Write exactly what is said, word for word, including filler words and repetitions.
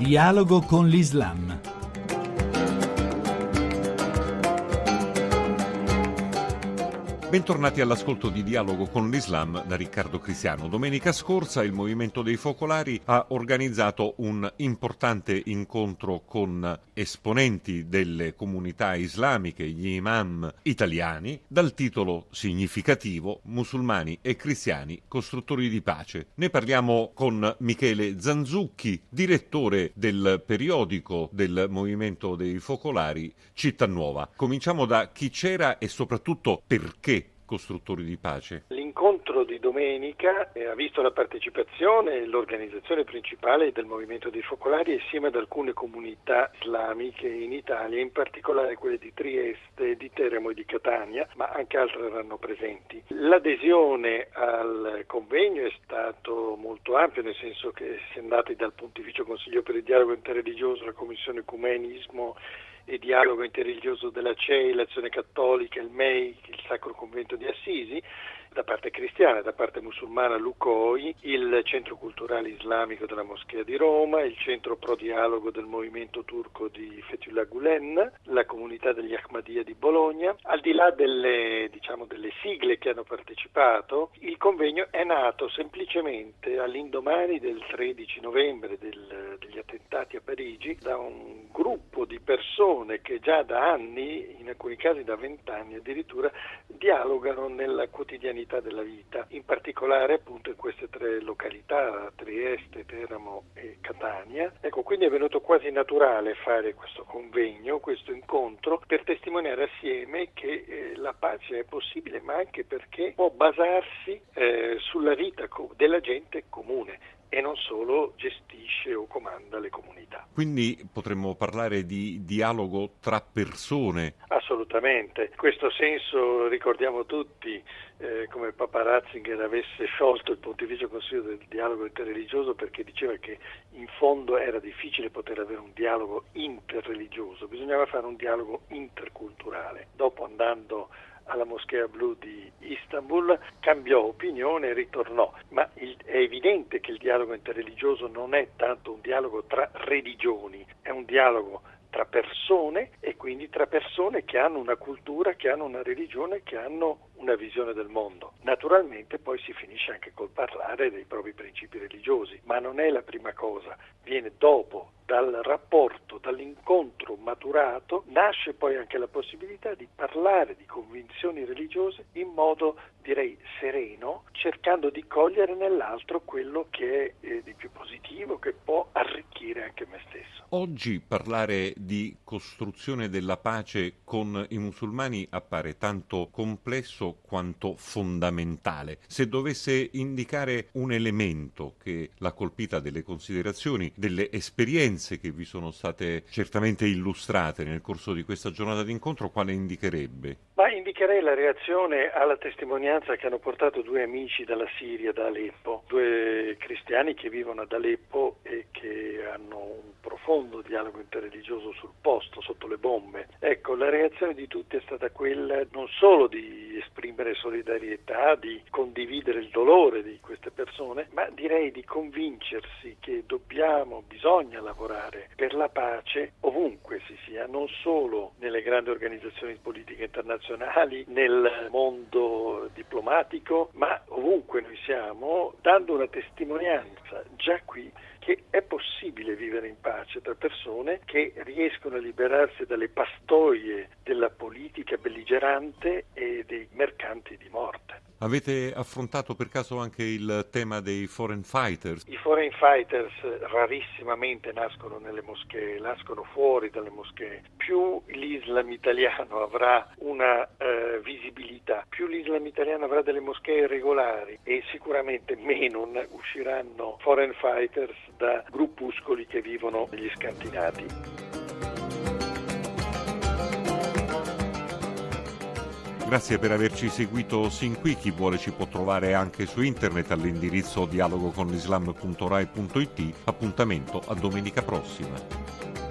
Dialogo con l'Islam. Bentornati all'ascolto di Dialogo con l'Islam da Riccardo Cristiano. Domenica scorsa il Movimento dei Focolari ha organizzato un importante incontro con esponenti delle comunità islamiche, gli imam italiani, dal titolo significativo Musulmani e cristiani costruttori di pace. Ne parliamo con Michele Zanzucchi, direttore del periodico del Movimento dei Focolari Città Nuova. Cominciamo da chi c'era e soprattutto perché costruttori di pace. L'incontro di domenica ha visto la partecipazione e l'organizzazione principale del Movimento dei Focolari assieme ad alcune comunità islamiche in Italia, in particolare quelle di Trieste, di Teramo e di Catania, ma anche altre erano presenti. L'adesione al convegno è stato molto ampio, nel senso che si è andati dal Pontificio Consiglio per il Dialogo Interreligioso, la Commissione Ecumenismo e Dialogo Interreligioso della C E I, l'Azione Cattolica, il M E I, il Sacro Convento di Assisi, da parte cristiana, da parte musulmana l'U C O I, il Centro Culturale Islamico della Moschea di Roma, il Centro Pro Dialogo del Movimento Turco di Fethullah Gulen, la comunità degli Ahmadiyya di Bologna. Al di là delle, diciamo, delle sigle che hanno partecipato, il convegno è nato semplicemente all'indomani del tredici novembre del, degli attentati a Parigi da un gruppo di persone che già da anni, in alcuni casi da vent'anni addirittura, dialogano nella quotidianità della vita, in particolare appunto in queste tre località, Trieste, Teramo e Catania. Ecco, quindi è venuto quasi naturale fare questo convegno, questo incontro, per testimoniare assieme che eh, la pace è possibile, ma anche perché può basarsi eh, sulla vita co- della gente comune e non solo gestisce o comanda le comunità. Quindi potremmo parlare di dialogo tra persone. Assolutamente. In questo senso ricordiamo tutti eh, come Papa Ratzinger avesse sciolto il Pontificio Consiglio del Dialogo Interreligioso perché diceva che in fondo era difficile poter avere un dialogo interreligioso, bisognava fare un dialogo interculturale. Dopo, andando alla Moschea Blu di Istanbul, cambiò opinione e ritornò, ma il, è evidente che il dialogo interreligioso non è tanto un dialogo tra religioni, è un dialogo tra persone e quindi tra persone che hanno una cultura, che hanno una religione, che hanno una visione del mondo. Naturalmente poi si finisce anche col parlare dei propri principi religiosi, ma non è la prima cosa, viene dopo, dal rapporto, dall'incontro maturato, nasce poi anche la possibilità di parlare di convinzioni religiose in modo, direi, sereno, cercando di cogliere nell'altro quello che è eh, di più positivo, che può arricchire anche me stesso. Oggi parlare di costruzione della pace con i musulmani appare tanto complesso quanto fondamentale. Se dovesse indicare un elemento che l'ha colpita delle considerazioni, delle esperienze che vi sono state certamente illustrate nel corso di questa giornata di incontro, quale indicherebbe? Ma indicherei la reazione alla testimonianza che hanno portato due amici dalla Siria, da Aleppo, due cristiani che vivono ad Aleppo e che hanno un profondo dialogo interreligioso sul posto, sotto le bombe. Ecco, la reazione di tutti è stata quella non solo di esprimere solidarietà, di condividere il dolore di queste persone, ma direi di convincersi che dobbiamo, bisogna lavorare per la pace ovunque si sia, non solo nelle grandi organizzazioni politiche internazionali, nel mondo diplomatico, ma ovunque noi siamo, dando una testimonianza già qui che è possibile vivere in pace tra persone che riescono a liberarsi dalle pastoie della politica belligerante e dei mercanti di morte. Avete affrontato per caso anche il tema dei foreign fighters? I foreign fighters rarissimamente nascono nelle moschee, nascono fuori dalle moschee. Più l'Islam italiano avrà una eh, visibilità, più l'Islam italiano avrà delle moschee regolari e sicuramente meno usciranno foreign fighters da gruppuscoli che vivono negli scantinati. Grazie per averci seguito sin qui. Chi vuole ci può trovare anche su internet all'indirizzo dialogo con l'islam punto rai punto it. Appuntamento a domenica prossima.